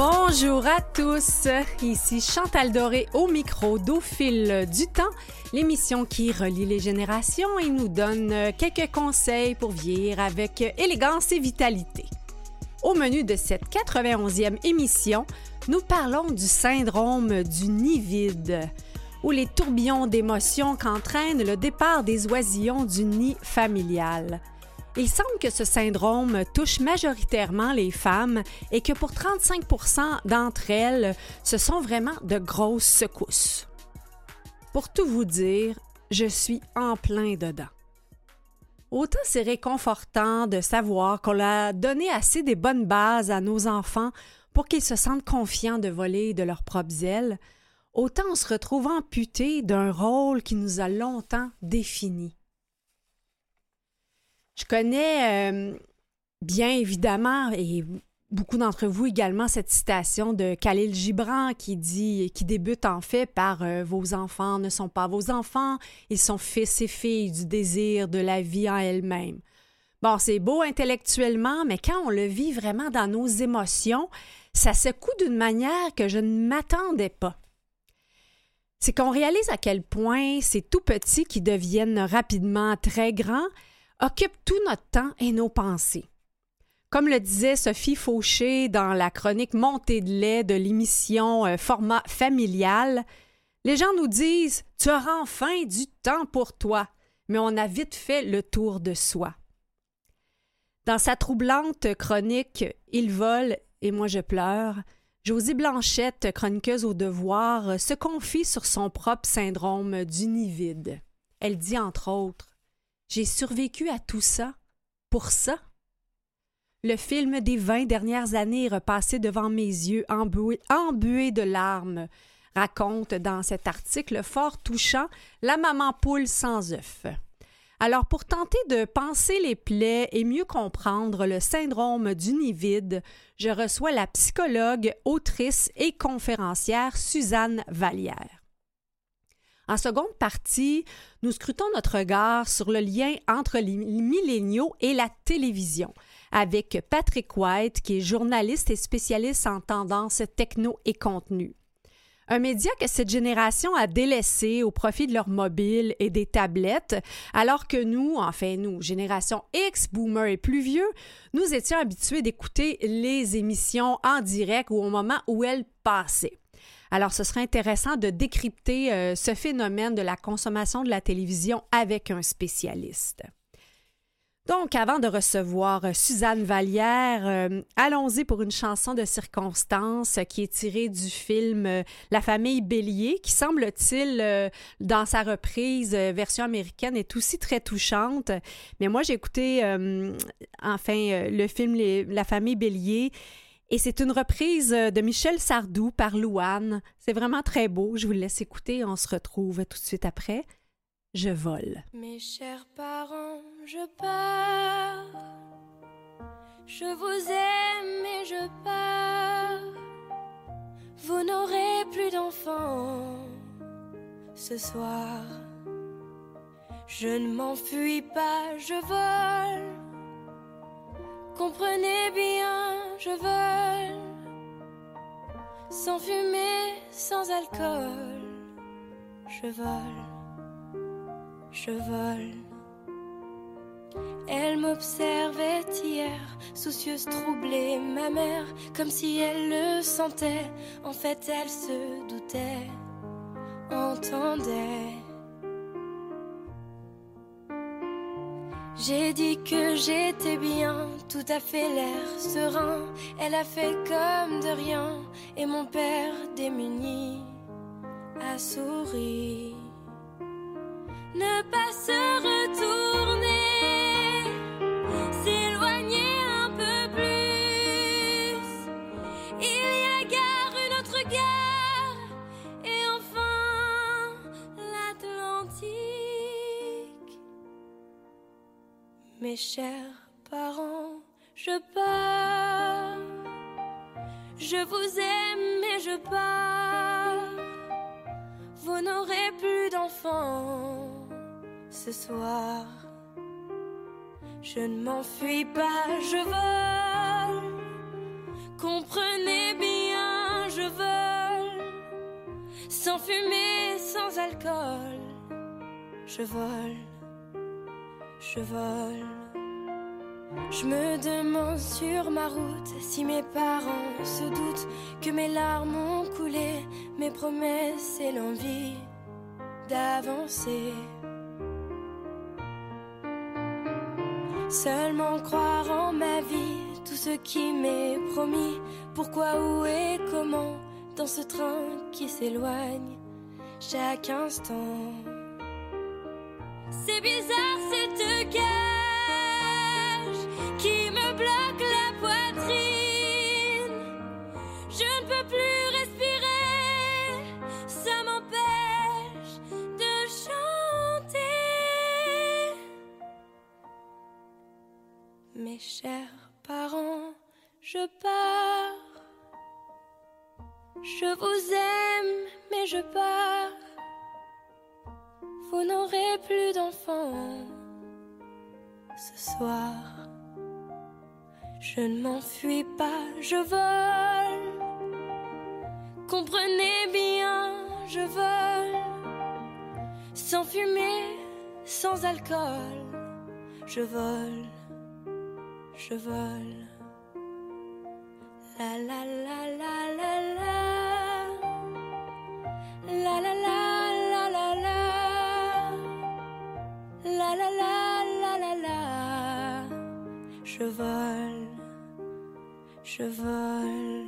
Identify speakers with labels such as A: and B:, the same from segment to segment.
A: Bonjour à tous, ici Chantal Doré au micro d'Au fil du temps, l'émission qui relie les générations et nous donne quelques conseils pour vieillir avec élégance et vitalité. Au menu de cette 91e émission, nous parlons du syndrome du nid vide, ou les tourbillons d'émotions qu'entraîne le départ des oisillons du nid familial. Il semble que ce syndrome touche majoritairement les femmes et que pour 35% d'entre elles, ce sont vraiment de grosses secousses. Pour tout vous dire, je suis en plein dedans. Autant c'est réconfortant de savoir qu'on a donné assez des bonnes bases à nos enfants pour qu'ils se sentent confiants de voler de leurs propres ailes, autant on se retrouve amputé d'un rôle qui nous a longtemps défini. Je connais bien évidemment, et beaucoup d'entre vous également, cette citation de Khalil Gibran qui débute en fait par « Vos enfants ne sont pas vos enfants, ils sont fils et filles du désir de la vie en elle-même ». Bon, c'est beau intellectuellement, mais quand on le vit vraiment dans nos émotions, ça secoue d'une manière que je ne m'attendais pas. C'est qu'on réalise à quel point ces tout petits qui deviennent rapidement très grands occupe tout notre temps et nos pensées. Comme le disait Sophie Fauché dans la chronique Montée de lait de l'émission Format familial, les gens nous disent « Tu auras enfin du temps pour toi », mais on a vite fait le tour de soi. Dans sa troublante chronique « Il vole et moi je pleure », Josie Blanchette, chroniqueuse au Devoir, se confie sur son propre syndrome du nid vide. Elle dit entre autres: j'ai survécu à tout ça, pour ça. Le film des 20 dernières années est repassé devant mes yeux, embué de larmes, raconte dans cet article fort touchant la maman poule sans œuf. Alors, pour tenter de panser les plaies et mieux comprendre le syndrome du nid vide, je reçois la psychologue, autrice et conférencière Suzanne Vallière. En seconde partie, nous scrutons notre regard sur le lien entre les milléniaux et la télévision, avec Patrick White, qui est journaliste et spécialiste en tendances techno et contenu. Un média que cette génération a délaissé au profit de leurs mobiles et des tablettes, alors que nous, génération X, boomers et plus vieux, nous étions habitués d'écouter les émissions en direct ou au moment où elles passaient. Alors, ce serait intéressant de décrypter ce phénomène de la consommation de la télévision avec un spécialiste. Donc, avant de recevoir Suzanne Vallière, allons-y pour une chanson de circonstance qui est tirée du film La famille Bélier, qui semble-t-il, dans sa reprise version américaine, est aussi très touchante. Mais moi, j'ai écouté le film La famille Bélier. Et c'est une reprise de Michel Sardou par Louane. C'est vraiment très beau. Je vous laisse écouter. On se retrouve tout de suite après. Je vole.
B: Mes chers parents, je pars. Je vous aime et je pars. Vous n'aurez plus d'enfants ce soir. Je ne m'enfuis pas, je vole. Comprenez bien, je vole, sans fumée, sans alcool. Je vole, je vole. Elle m'observait hier, soucieuse, troublée, ma mère, comme si elle le sentait. En fait, elle se doutait, entendait. J'ai dit que j'étais bien, tout à fait l'air serein. Elle a fait comme de rien, et mon père démuni a souri. Ne pas se retourner, s'éloigner un peu plus. Il y a gare, une autre gare, et enfin l'Atlantique. Mes chers parents, je pars. Je vous aime et je pars. Vous n'aurez plus d'enfants ce soir. Je ne m'enfuis pas, je vole. Comprenez bien, sans alcool. Je vole, je vole. Je me demande sur ma route si mes parents se doutent que mes larmes ont coulé, mes promesses et l'envie d'avancer. Seulement croire en ma vie, tout ce qui m'est promis. Pourquoi, où et comment, dans ce train qui s'éloigne chaque instant. C'est bizarre cette cage qui me bloque la poitrine. Je ne peux plus respirer, ça m'empêche de chanter. Mes chers parents, je pars. Je vous aime, mais je pars. Vous n'aurez plus d'enfants ce soir. Je ne m'enfuis pas, je vole. Comprenez bien, je vole. Sans fumée, sans alcool. Je vole, je vole. La la la la la la. La la la la la la. La la la la la la. Je vole, je vole.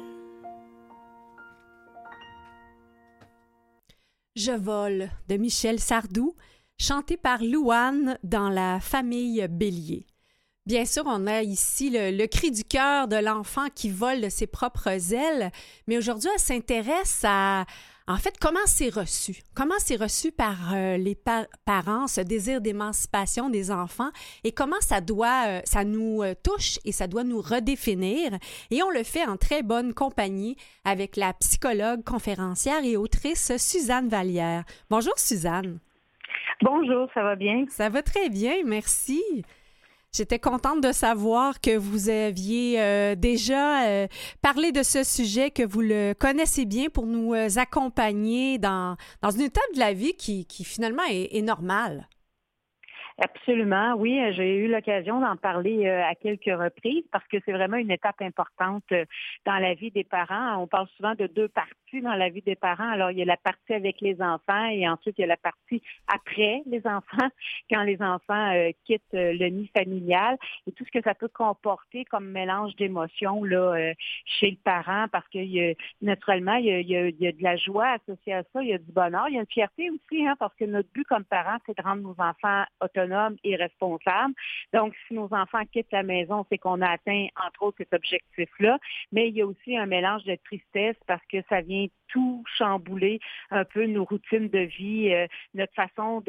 A: Je vole de Michel Sardou, chanté par Louane dans La famille Bélier. Bien sûr, on a ici le cri du cœur de l'enfant qui vole de ses propres ailes, mais aujourd'hui, elle s'intéresse à, en fait, comment c'est reçu. Comment c'est reçu par les parents, ce désir d'émancipation des enfants, et comment ça nous touche et ça doit nous redéfinir. Et on le fait en très bonne compagnie avec la psychologue, conférencière et autrice Suzanne Vallière. Bonjour Suzanne.
C: Bonjour, ça va bien?
A: Ça va très bien, merci. J'étais contente de savoir que vous aviez déjà parlé de ce sujet, que vous le connaissez bien pour nous accompagner dans une étape de la vie qui finalement est normale.
C: Absolument, oui. J'ai eu l'occasion d'en parler à quelques reprises parce que c'est vraiment une étape importante dans la vie des parents. On parle souvent de deux parties dans la vie des parents. Alors, il y a la partie avec les enfants et ensuite, il y a la partie après les enfants, quand les enfants quittent le nid familial et tout ce que ça peut comporter comme mélange d'émotions là chez le parent parce que naturellement, il y a de la joie associée à ça, il y a du bonheur, il y a une fierté aussi, parce que notre but comme parents, c'est de rendre nos enfants autonomes et responsables. Donc, si nos enfants quittent la maison, c'est qu'on a atteint, entre autres, cet objectif-là. Mais il y a aussi un mélange de tristesse parce que ça vient tout chambouler un peu nos routines de vie, notre façon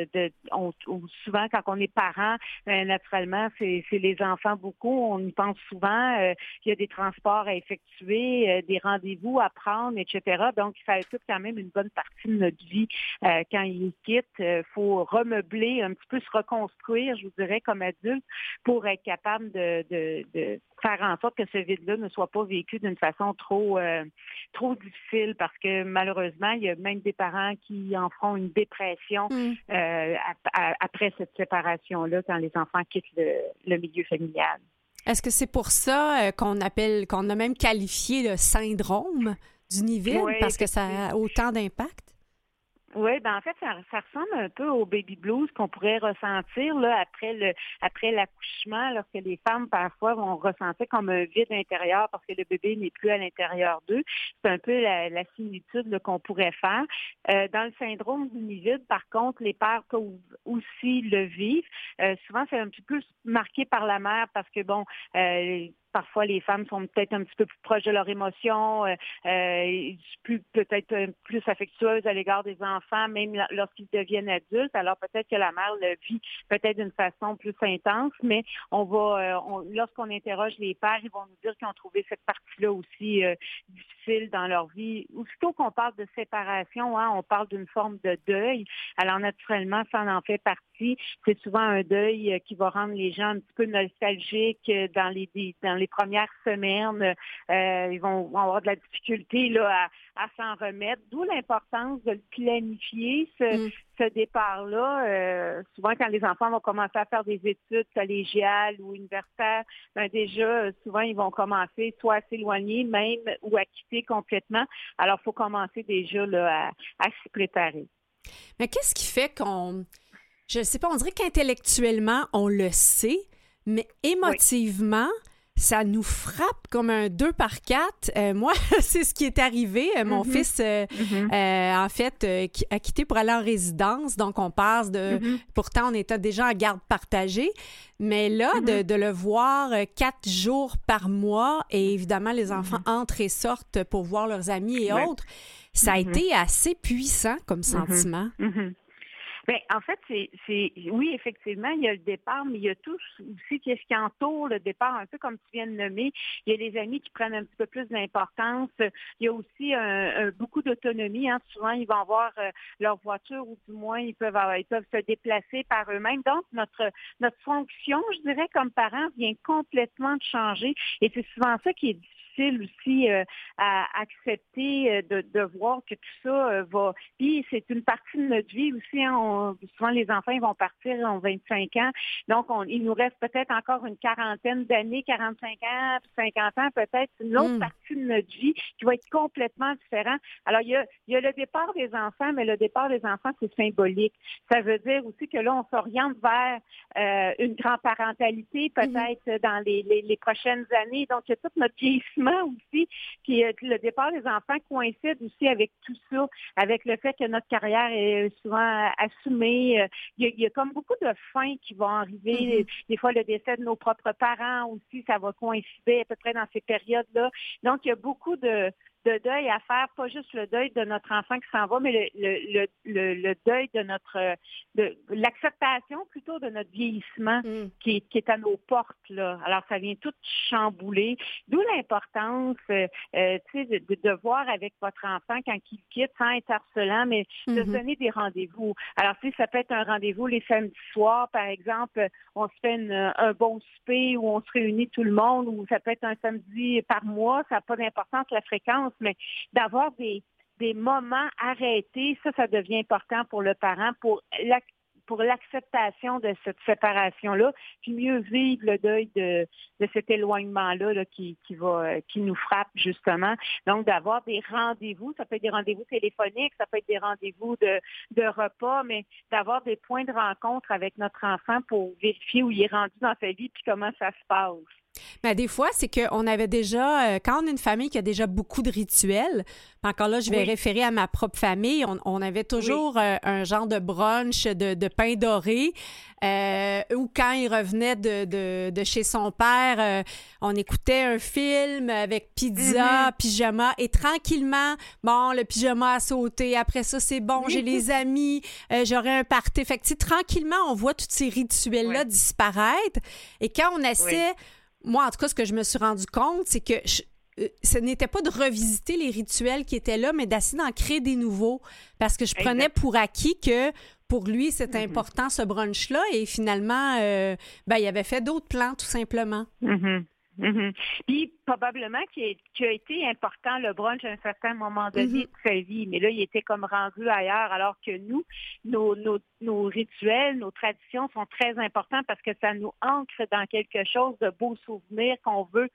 C: souvent, quand on est parent, naturellement, c'est les enfants beaucoup. On y pense souvent. Il y a des transports à effectuer, des rendez-vous à prendre, etc. Donc, ça occupe quand même une bonne partie de notre vie quand ils quittent. Il faut remeubler, un petit peu se reconstruire, je vous dirais, comme adulte, pour être capable de faire en sorte que ce vide-là ne soit pas vécu d'une façon trop difficile parce que malheureusement, il y a même des parents qui en feront une dépression après cette séparation-là quand les enfants quittent le milieu familial.
A: Est-ce que c'est pour ça qu'on a même qualifié le syndrome du nid vide parce que ça a autant d'impact?
C: Oui, en fait, ça ressemble un peu au baby blues qu'on pourrait ressentir là après l'accouchement, lorsque les femmes parfois vont ressentir comme un vide intérieur parce que le bébé n'est plus à l'intérieur d'eux. C'est un peu la similitude là, qu'on pourrait faire. Dans le syndrome du nid vide, par contre, les pères peuvent aussi le vivre. Souvent, c'est un petit peu marqué par la mère parce que parfois, les femmes sont peut-être un petit peu plus proches de leurs émotions, peut-être plus affectueuses à l'égard des enfants, même lorsqu'ils deviennent adultes. Alors, peut-être que la mère le vit peut-être d'une façon plus intense, mais lorsqu'on interroge les pères, ils vont nous dire qu'ils ont trouvé cette partie-là aussi difficile dans leur vie. Aussitôt qu'on parle de séparation, on parle d'une forme de deuil. Alors, naturellement, ça en fait partie. C'est souvent un deuil qui va rendre les gens un petit peu nostalgiques dans les premières semaines, ils vont avoir de la difficulté là, à s'en remettre. D'où l'importance de le planifier, ce départ-là. Souvent, quand les enfants vont commencer à faire des études collégiales ou universitaires, ben déjà, souvent, ils vont commencer soit à s'éloigner même ou à quitter complètement. Alors, il faut commencer déjà là, à s'y préparer.
A: Mais qu'est-ce qui fait je ne sais pas, on dirait qu'intellectuellement, on le sait, mais émotivement, ça nous frappe comme un 2 par 4. Moi, c'est ce qui est arrivé. Mon fils, en fait, a quitté pour aller en résidence. Donc, on passe de... Pourtant, on était déjà en garde partagée. Mais là, de le voir 4 jours par mois, et évidemment, les enfants entrent et sortent pour voir leurs amis et autres, ça a été assez puissant comme sentiment.
C: Bien, en fait, oui, effectivement, il y a le départ, mais il y a tout aussi qu'est-ce qui entoure le départ, un peu comme tu viens de nommer. Il y a les amis qui prennent un petit peu plus d'importance. Il y a aussi beaucoup d'autonomie. Hein. Souvent, ils vont avoir leur voiture ou du moins, ils peuvent se déplacer par eux-mêmes. Donc, notre fonction, je dirais, comme parents, vient complètement de changer. Et c'est souvent ça qui est difficile aussi à accepter de voir que tout ça va. Puis c'est une partie de notre vie aussi. Hein, souvent les enfants ils vont partir en 25 ans. Donc il nous reste peut-être encore une quarantaine d'années, 45 ans, 50 ans, peut-être une autre partie de notre vie qui va être complètement différente. Alors il y a le départ des enfants, mais le départ des enfants, c'est symbolique. Ça veut dire aussi que là, on s'oriente vers une grand-parentalité peut-être dans les prochaines années. Donc il y a toute notre vieillissement aussi, puis le départ des enfants coïncide aussi avec tout ça, avec le fait que notre carrière est souvent assumée. Il y a comme beaucoup de fins qui vont arriver. Des fois, le décès de nos propres parents aussi, ça va coïncider à peu près dans ces périodes-là. Donc, il y a beaucoup de deuil à faire, pas juste le deuil de notre enfant qui s'en va, mais le deuil de l'acceptation plutôt de notre vieillissement qui est à nos portes, là. Alors, ça vient tout chambouler. D'où l'importance, de voir avec votre enfant quand il quitte sans être harcelant, mais de se donner des rendez-vous. Alors, ça peut être un rendez-vous les samedis soirs, par exemple, on se fait un bon souper où on se réunit tout le monde, ou ça peut être un samedi par mois, ça n'a pas d'importance la fréquence, mais d'avoir des moments arrêtés, ça devient important pour le parent, pour l'acceptation de cette séparation-là, puis mieux vivre le deuil de cet éloignement-là là, qui nous frappe justement. Donc, d'avoir des rendez-vous, ça peut être des rendez-vous téléphoniques, ça peut être des rendez-vous de repas, mais d'avoir des points de rencontre avec notre enfant pour vérifier où il est rendu dans sa vie puis comment ça se passe.
A: Mais des fois, c'est qu'on avait déjà, quand on a une famille qui a déjà beaucoup de rituels, encore là, je vais référer à ma propre famille, on avait toujours un genre de brunch de pain doré, ou quand il revenait de chez son père, on écoutait un film avec pizza, pyjama, et tranquillement, bon, le pyjama a sauté, après ça, c'est bon, j'ai les amis, j'aurai un party. Fait que, tranquillement, on voit tous ces rituels-là disparaître, et quand on essaie... Moi, en tout cas, ce que je me suis rendu compte, c'est que ce n'était pas de revisiter les rituels qui étaient là, mais d'essayer d'en créer des nouveaux. Parce que je prenais pour acquis que pour lui, c'était important ce brunch-là. Et finalement, il avait fait d'autres plans, tout simplement.
C: Puis, probablement qui a été important, le brunch, à un certain moment donné de sa vie. Mais là, il était comme rendu ailleurs, alors que nous, nos rituels, nos traditions sont très importants parce que ça nous ancre dans quelque chose de beaux souvenirs qu'on veut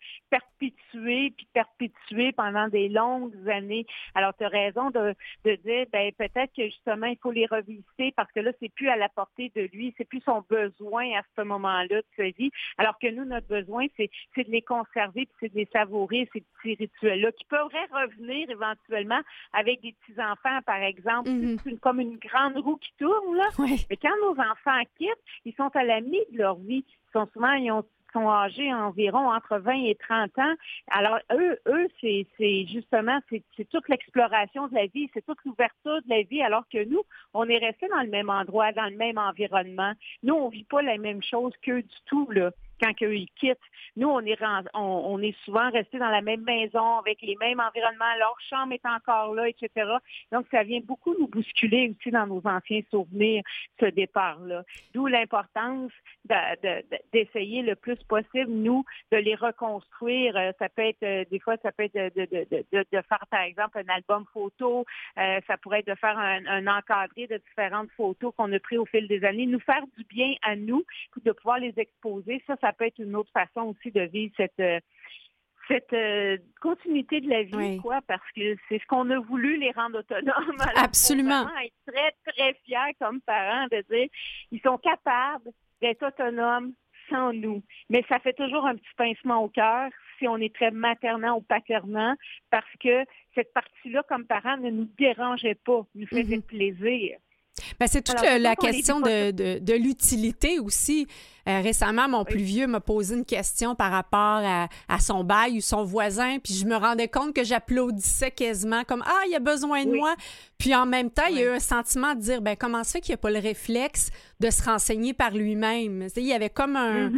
C: perpétuer pendant des longues années. Alors, tu as raison de dire, peut-être que justement, il faut les revisiter parce que là, c'est plus à la portée de lui, c'est plus son besoin à ce moment-là de sa vie. Alors que nous, notre besoin, c'est de les conserver puis c'est de les savourer, ces petits rituels-là, qui pourraient revenir éventuellement avec des petits-enfants, par exemple. C'est comme une grande roue qui tourne, là.
A: Oui.
C: Mais quand nos enfants quittent, ils sont à la mi de leur vie. Ils sont âgés environ entre 20 et 30 ans. Alors, eux, c'est justement, c'est toute l'exploration de la vie, c'est toute l'ouverture de la vie, alors que nous, on est restés dans le même endroit, dans le même environnement. Nous, on vit pas la même chose qu'eux du tout, là. quand eux, ils quittent. Nous, on est souvent restés dans la même maison, avec les mêmes environnements. Leur chambre est encore là, etc. Donc, ça vient beaucoup nous bousculer aussi dans nos anciens souvenirs, ce départ-là. D'où l'importance d'essayer le plus possible, nous, de les reconstruire. Ça peut être, des fois, ça peut être de faire, par exemple, un album photo. Ça pourrait être de faire un encadré de différentes photos qu'on a prises au fil des années. Nous faire du bien à nous, puis de pouvoir les exposer. Ça peut être une autre façon aussi de vivre cette continuité de la vie, quoi, parce que c'est ce qu'on a voulu les rendre autonomes. Alors,
A: absolument.
C: On peut vraiment être très, très fiers comme parents de dire ils sont capables d'être autonomes sans nous. Mais ça fait toujours un petit pincement au cœur si on est très maternant ou paternant, parce que cette partie-là, comme parents, ne nous dérangeait pas, nous faisait plaisir.
A: Ben, c'est toute la question de l'utilité aussi. Récemment, mon plus vieux m'a posé une question par rapport à son bail ou son voisin, puis je me rendais compte que j'applaudissais quasiment comme « Ah, il a besoin de moi! » Puis en même temps, il y a eu un sentiment de dire « Ben comment ça fait qu'il n'y a pas le réflexe de se renseigner par lui-même? » Il y avait comme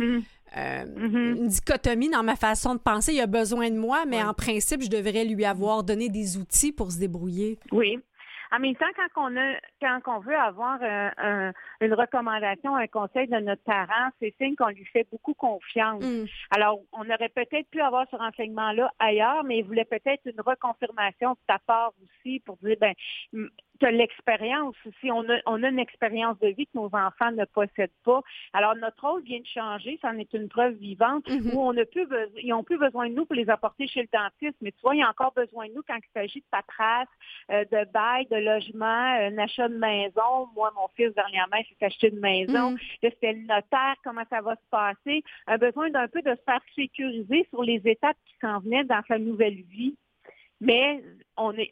A: une dichotomie dans ma façon de penser. Il a besoin de moi, mais en principe, je devrais lui avoir donné des outils pour se débrouiller.
C: Oui. En même temps, quand on veut avoir une recommandation, un conseil de notre parent, c'est signe qu'on lui fait beaucoup confiance. Alors, on aurait peut-être pu avoir ce renseignement-là ailleurs, mais il voulait peut-être une reconfirmation de ta part aussi pour dire, ben, tu as l'expérience aussi. On a une expérience de vie que nos enfants ne possèdent pas. Alors, notre rôle vient de changer. Ça en est une preuve vivante où ils n'ont plus besoin de nous pour les apporter chez le dentiste. Mais tu vois, ils ont encore besoin de nous quand il s'agit de paperasse, de bail, de logement, un achat de maison. Moi, mon fils, dernièrement, il s'est acheté une maison. Là, c'était le notaire. Comment ça va se passer? Un besoin d'un peu de se faire sécuriser sur les étapes qui s'en venaient dans sa nouvelle vie. Mais on est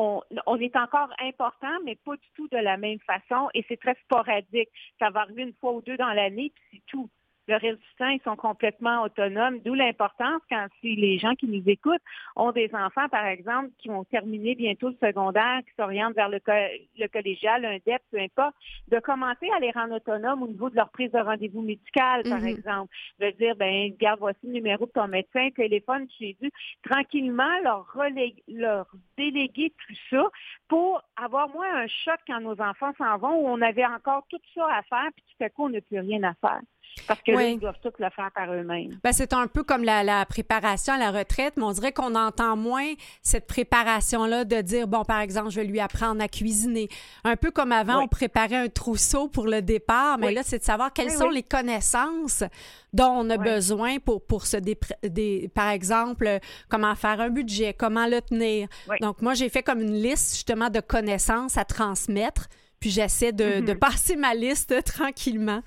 C: encore important, mais pas du tout de la même façon. Et c'est très sporadique. Ça va arriver une fois ou deux dans l'année, puis c'est tout. Le reste du temps, ils sont complètement autonomes, d'où l'importance si les gens qui nous écoutent ont des enfants, par exemple, qui vont terminer bientôt le secondaire, qui s'orientent vers le collégial, un DEP, peu importe, de commencer à les rendre autonomes au niveau de leur prise de rendez-vous médical, par exemple. De dire, ben, regarde, voici le numéro de ton médecin, téléphone chez eux. Tranquillement, leur déléguer tout ça pour avoir moins un choc quand nos enfants s'en vont, où on avait encore tout ça à faire, puis tout à coup, on n'a plus rien à faire. Parce que là, ils doivent tout le faire par eux-mêmes.
A: Ben, c'est un peu comme la préparation à la retraite, mais on dirait qu'on entend moins cette préparation-là de dire, bon, par exemple, je vais lui apprendre à cuisiner. Un peu comme avant, on préparait un trousseau pour le départ, mais là, c'est de savoir quelles sont les connaissances dont on a besoin pour par exemple, comment faire un budget, comment le tenir. Donc, moi, j'ai fait comme une liste, justement, de connaissances à transmettre, puis j'essaie de passer ma liste tranquillement.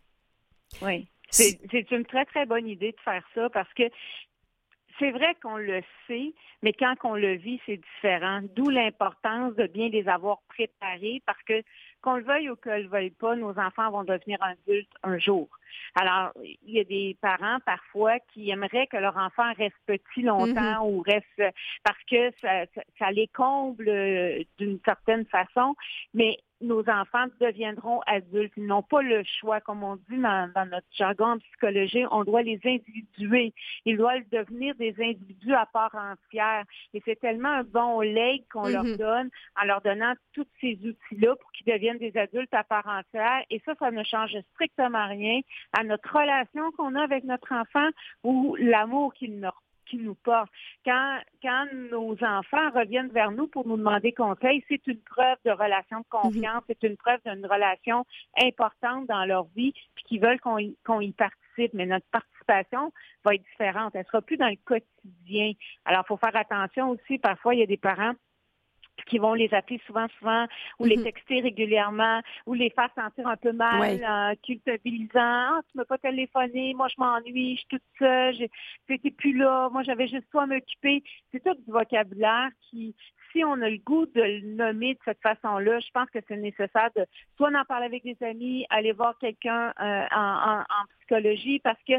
C: Oui, c'est une très, très bonne idée de faire ça parce que c'est vrai qu'on le sait, mais quand on le vit, c'est différent. D'où l'importance de bien les avoir préparés parce que, qu'on le veuille ou qu'on ne le veuille pas, nos enfants vont devenir adultes un jour. Alors, il y a des parents parfois qui aimeraient que leur enfant reste petit longtemps ou reste parce que ça les comble d'une certaine façon, mais nos enfants deviendront adultes. Ils n'ont pas le choix, comme on dit dans notre jargon en psychologie, on doit les individuer. Ils doivent devenir des individus à part entière. Et c'est tellement un bon leg qu'on leur donne en leur donnant tous ces outils-là pour qu'ils deviennent des adultes à part entière. Et ça ne change strictement rien à notre relation qu'on a avec notre enfant ou l'amour qu'il nous porte. Quand nos enfants reviennent vers nous pour nous demander conseil, c'est une preuve de relation de confiance, c'est une preuve d'une relation importante dans leur vie, puis qu'ils veulent qu'on y participe. Mais notre participation va être différente. Elle ne sera plus dans le quotidien. Alors, il faut faire attention aussi. Parfois, il y a des parents qui vont les appeler souvent, ou les texter régulièrement, ou les faire sentir un peu mal, culpabilisant. « Ah, tu m'as pas téléphoné, moi je m'ennuie, je suis toute seule, j'étais plus là, moi j'avais juste toi à m'occuper. » C'est tout du vocabulaire qui, si on a le goût de le nommer de cette façon-là, je pense que c'est nécessaire de soit en parler avec des amis, aller voir quelqu'un en psychologie, parce que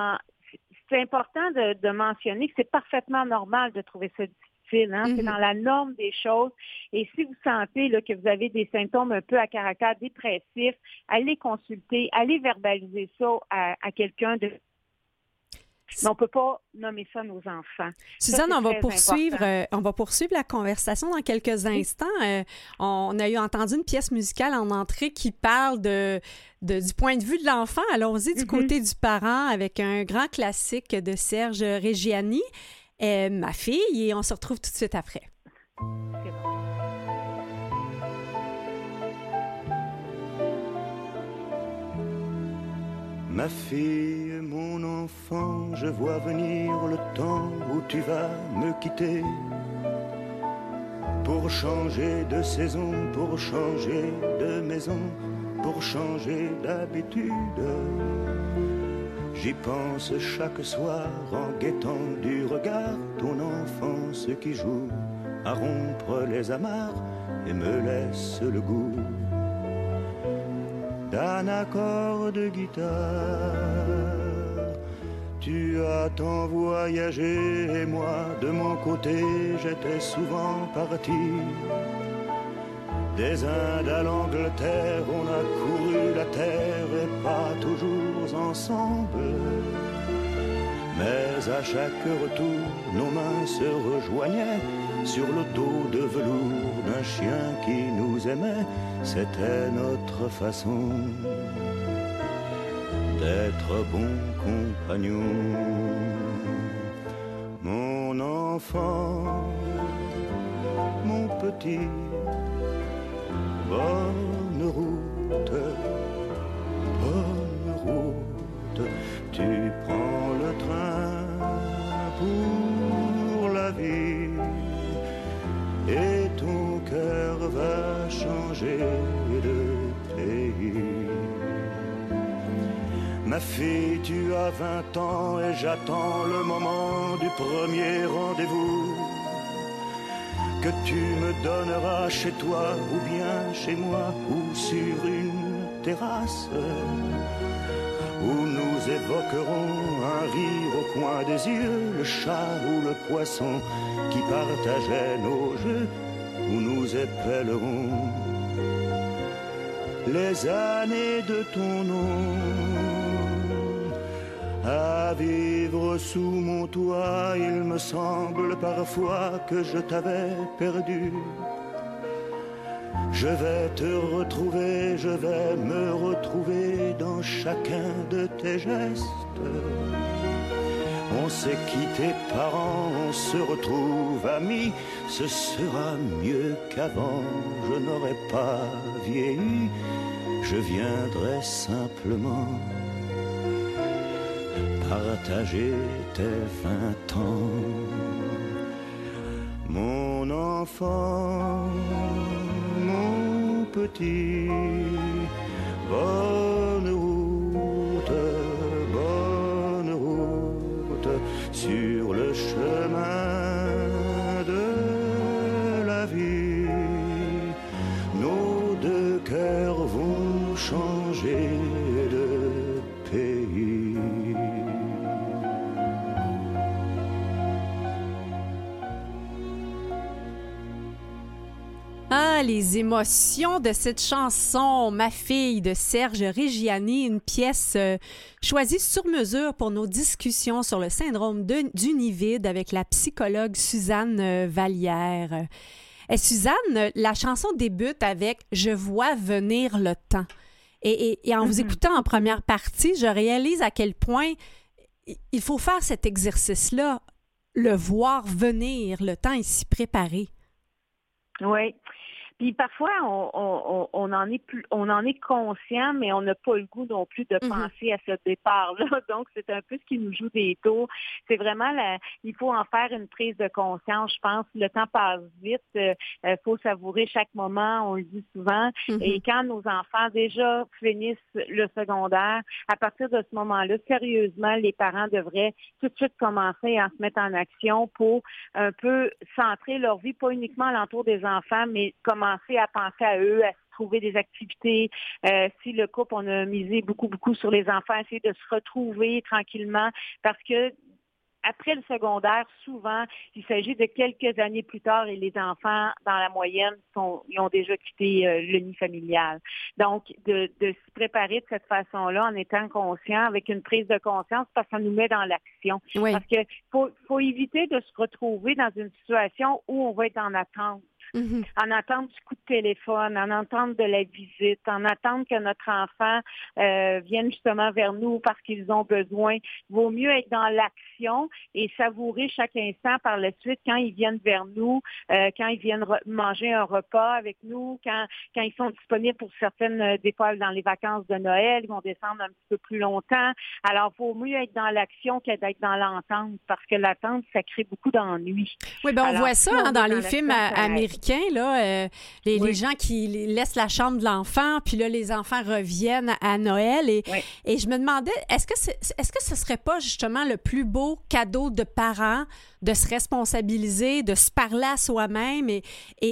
C: c'est important de mentionner que c'est parfaitement normal de trouver ça difficile. C'est dans la norme des choses. Et si vous sentez là, que vous avez des symptômes un peu à caractère dépressif, allez consulter, allez verbaliser ça à quelqu'un Mais on ne peut pas nommer ça nos enfants.
A: Suzanne,
C: ça,
A: on va poursuivre la conversation dans quelques instants. On a entendu une pièce musicale en entrée qui parle du point de vue de l'enfant. Allons-y du côté du parent avec un grand classique de Serge Reggiani, Ma fille, et on se retrouve tout de suite après.
C: C'est bon.
D: Ma fille, mon enfant, je vois venir le temps où tu vas me quitter. Pour changer de saison, pour changer de maison, pour changer d'habitude. J'y pense chaque soir en guettant du regard ton enfance qui joue à rompre les amarres et me laisse le goût d'un accord de guitare. Tu as tant voyagé et moi, de mon côté, j'étais souvent parti. Des Indes à l'Angleterre, on a couru la terre et pas toujours ensemble. Mais à chaque retour, nos mains se rejoignaient sur le dos de velours d'un chien qui nous aimait. C'était notre façon d'être bons compagnons. Mon enfant, mon petit, bonne route, bonne route. Tu prends le train pour la vie et ton cœur va changer de pays. Ma fille, tu as 20 ans et j'attends le moment du premier rendez-vous que tu me donneras chez toi ou bien chez moi ou sur une terrasse où nous évoquerons un rire au coin des yeux, le chat ou le poisson qui partageait nos jeux, où nous épellerons les années de ton nom. À vivre sous mon toit, il me semble parfois que je t'avais perdu. Je vais te retrouver, je vais me retrouver dans chacun de tes gestes. On s'est quitté parents, on se retrouve amis. Ce sera mieux qu'avant, je n'aurai pas vieilli. Je viendrai simplement partager tes 20 ans. Mon enfant, mon petit, bonne route, bonne route, sur le chemin de la vie. Nos deux cœurs vont changer de pays.
A: Ah, les émotions de cette chanson, Ma fille de Serge Reggiani, une pièce choisie sur mesure pour nos discussions sur le syndrome du nid vide avec la psychologue Suzanne Vallière. Et Suzanne, la chanson débute avec « Je vois venir le temps ». Et en vous écoutant en première partie, je réalise à quel point il faut faire cet exercice-là, le voir venir, le temps est s'y préparer.
C: Oui. Puis parfois, on en est conscient, mais on n'a pas le goût non plus de penser à ce départ-là. Donc, c'est un peu ce qui nous joue des tours. C'est vraiment, il faut en faire une prise de conscience, je pense. Le temps passe vite. Faut savourer chaque moment, on le dit souvent. Et quand nos enfants déjà finissent le secondaire, à partir de ce moment-là, sérieusement, les parents devraient tout de suite commencer à se mettre en action pour un peu centrer leur vie, pas uniquement alentour des enfants, mais commencer à penser à eux, à se trouver des activités. Si le couple, on a misé beaucoup sur les enfants, essayer de se retrouver tranquillement parce que après le secondaire, souvent, il s'agit de quelques années plus tard et les enfants, dans la moyenne, ils ont déjà quitté le nid familial. Donc, de se préparer de cette façon-là en étant conscient, avec une prise de conscience, parce que ça nous met dans l'action.
A: Oui.
C: Parce que faut éviter de se retrouver dans une situation où on va être en attente. En attente du coup de téléphone, en attente de la visite, en attente que notre enfant vienne justement vers nous parce qu'ils ont besoin. Il vaut mieux être dans l'action et savourer chaque instant par la suite quand ils viennent vers nous, quand ils viennent manger un repas avec nous, quand ils sont disponibles pour certaines, des fois dans les vacances de Noël, ils vont descendre un petit peu plus longtemps. Alors, il vaut mieux être dans l'action que d'être dans l'attente parce que l'attente, ça crée beaucoup d'ennuis.
A: Oui, bien, on voit ça dans les films américains. Là, les gens qui laissent la chambre de l'enfant, puis là, les enfants reviennent à Noël. Et je me demandais, est-ce que ce serait pas justement le plus beau cadeau de parents de se responsabiliser, de se parler à soi-même et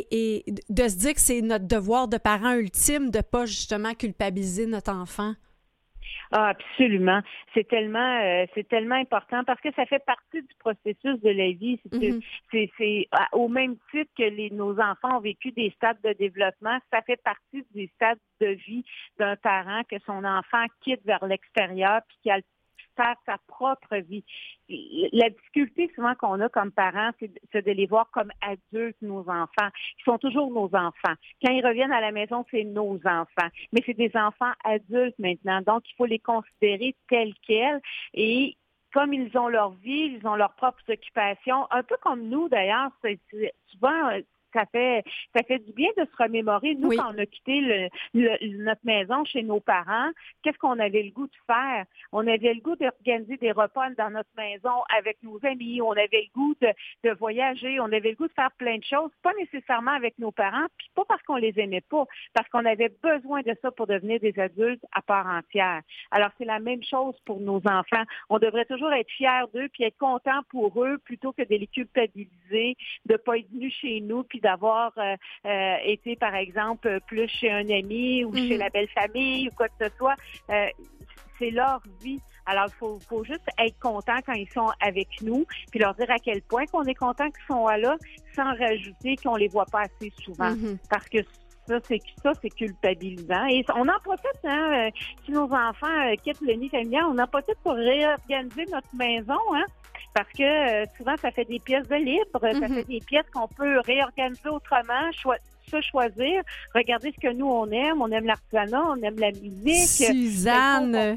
A: de se dire que c'est notre devoir de parents ultime de pas justement culpabiliser notre enfant?
C: Ah, absolument. C'est tellement important parce que ça fait partie du processus de la vie. C'est au même titre que nos enfants ont vécu des stades de développement, ça fait partie des stades de vie d'un parent que son enfant quitte vers l'extérieur puis qui a faire sa propre vie. La difficulté souvent qu'on a comme parents, c'est de les voir comme adultes, nos enfants. Ils sont toujours nos enfants. Quand ils reviennent à la maison, c'est nos enfants. Mais c'est des enfants adultes maintenant. Donc, il faut les considérer tels quels et comme ils ont leur vie, ils ont leurs propres occupations, un peu comme nous d'ailleurs, c'est souvent... Ça fait du bien de se remémorer. Nous, quand on a quitté notre maison chez nos parents, qu'est-ce qu'on avait le goût de faire? On avait le goût d'organiser des repas dans notre maison avec nos amis. On avait le goût de voyager. On avait le goût de faire plein de choses, pas nécessairement avec nos parents, puis pas parce qu'on les aimait pas, parce qu'on avait besoin de ça pour devenir des adultes à part entière. Alors, c'est la même chose pour nos enfants. On devrait toujours être fiers d'eux puis être contents pour eux plutôt que de les culpabiliser, de pas être venus chez nous puis d'avoir été, par exemple, plus chez un ami ou chez la belle famille ou quoi que ce soit. C'est leur vie. Alors, il faut juste être content quand ils sont avec nous, puis leur dire à quel point qu'on est content qu'ils sont là, sans rajouter qu'on les voit pas assez souvent. Parce que ça, c'est culpabilisant. Et on en profite, si nos enfants quittent le nid familial, on en profite pour réorganiser notre maison, parce que souvent, ça fait des pièces de libre, ça fait des pièces qu'on peut réorganiser autrement, se choisir, regarder ce que nous, on aime l'artisanat, on aime la musique.
A: Suzanne,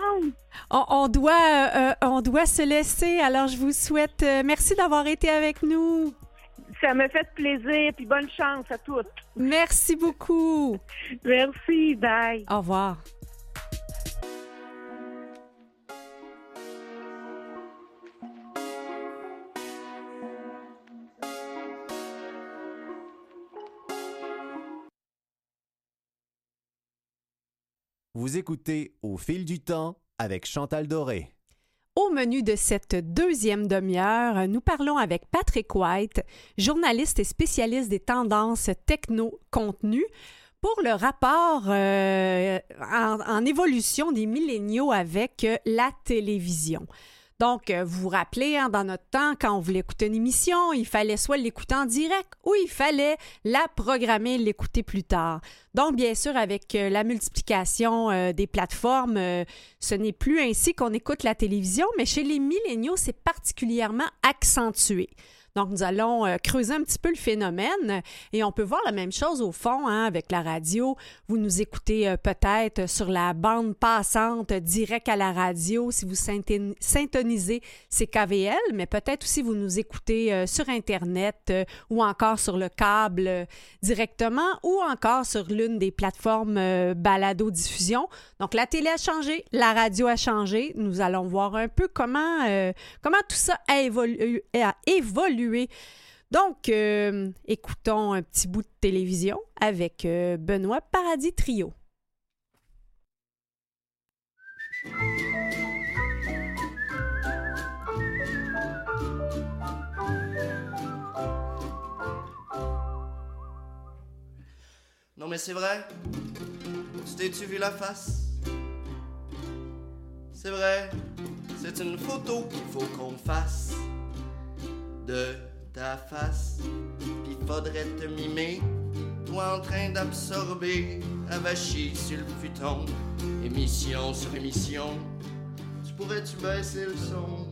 A: on doit se laisser, alors je vous souhaite merci d'avoir été avec nous.
C: Ça me fait plaisir, puis bonne chance à tous.
A: Merci beaucoup.
C: Merci, bye.
A: Au revoir.
E: Vous écoutez Au fil du temps avec Chantal Doré.
A: Au menu de cette deuxième demi-heure, nous parlons avec Patrick White, journaliste et spécialiste des tendances techno-contenus, pour le rapport en évolution des milléniaux avec la télévision. Donc, vous vous rappelez, dans notre temps, quand on voulait écouter une émission, il fallait soit l'écouter en direct ou il fallait la programmer et l'écouter plus tard. Donc, bien sûr, avec la multiplication des plateformes, ce n'est plus ainsi qu'on écoute la télévision, mais chez les milléniaux, c'est particulièrement accentué. Donc, nous allons creuser un petit peu le phénomène et on peut voir la même chose au fond avec la radio. Vous nous écoutez peut-être sur la bande passante direct à la radio si vous syntonisez CKVL, mais peut-être aussi vous nous écoutez sur Internet ou encore sur le câble directement ou encore sur l'une des plateformes balado-diffusion. Donc, la télé a changé, la radio a changé. Nous allons voir un peu comment tout ça a évolué. Donc, écoutons un petit bout de télévision avec Benoît Paradis Trio.
F: Non mais c'est vrai, t'es-tu vu la face? C'est vrai, c'est une photo qu'il faut qu'on fasse de ta face. Pis faudrait te mimer, toi en train d'absorber, avachi sur le futon, émission sur émission. Tu pourrais-tu baisser le son?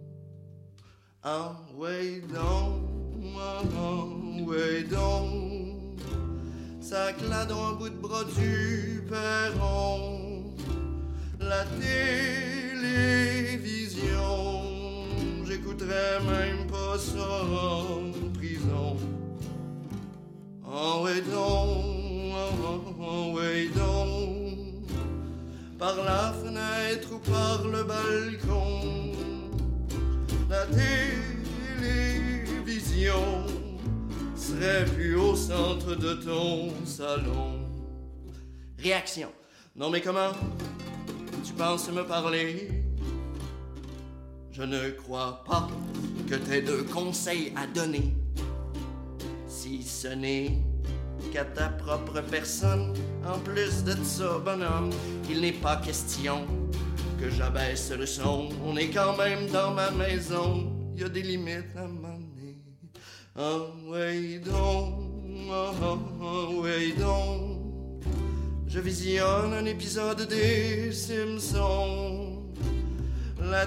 F: Ah ouais donc, ouais donc, ça clade un bout de bras du perron. La télévision, j'écouterais même pas ça en prison. Oh ouais donc, par la fenêtre ou par le balcon, la télévision serait plus au centre de ton salon. Réaction. Non mais comment tu penses me parler? Je ne crois pas que t'aies de conseils à donner, si ce n'est qu'à ta propre personne. En plus de ça, bonhomme, il n'est pas question que j'abaisse le son. On est quand même dans ma maison, y a des limites à m'amener. Ah ouais donc, ouais donc, je visionne un épisode des Simpsons. La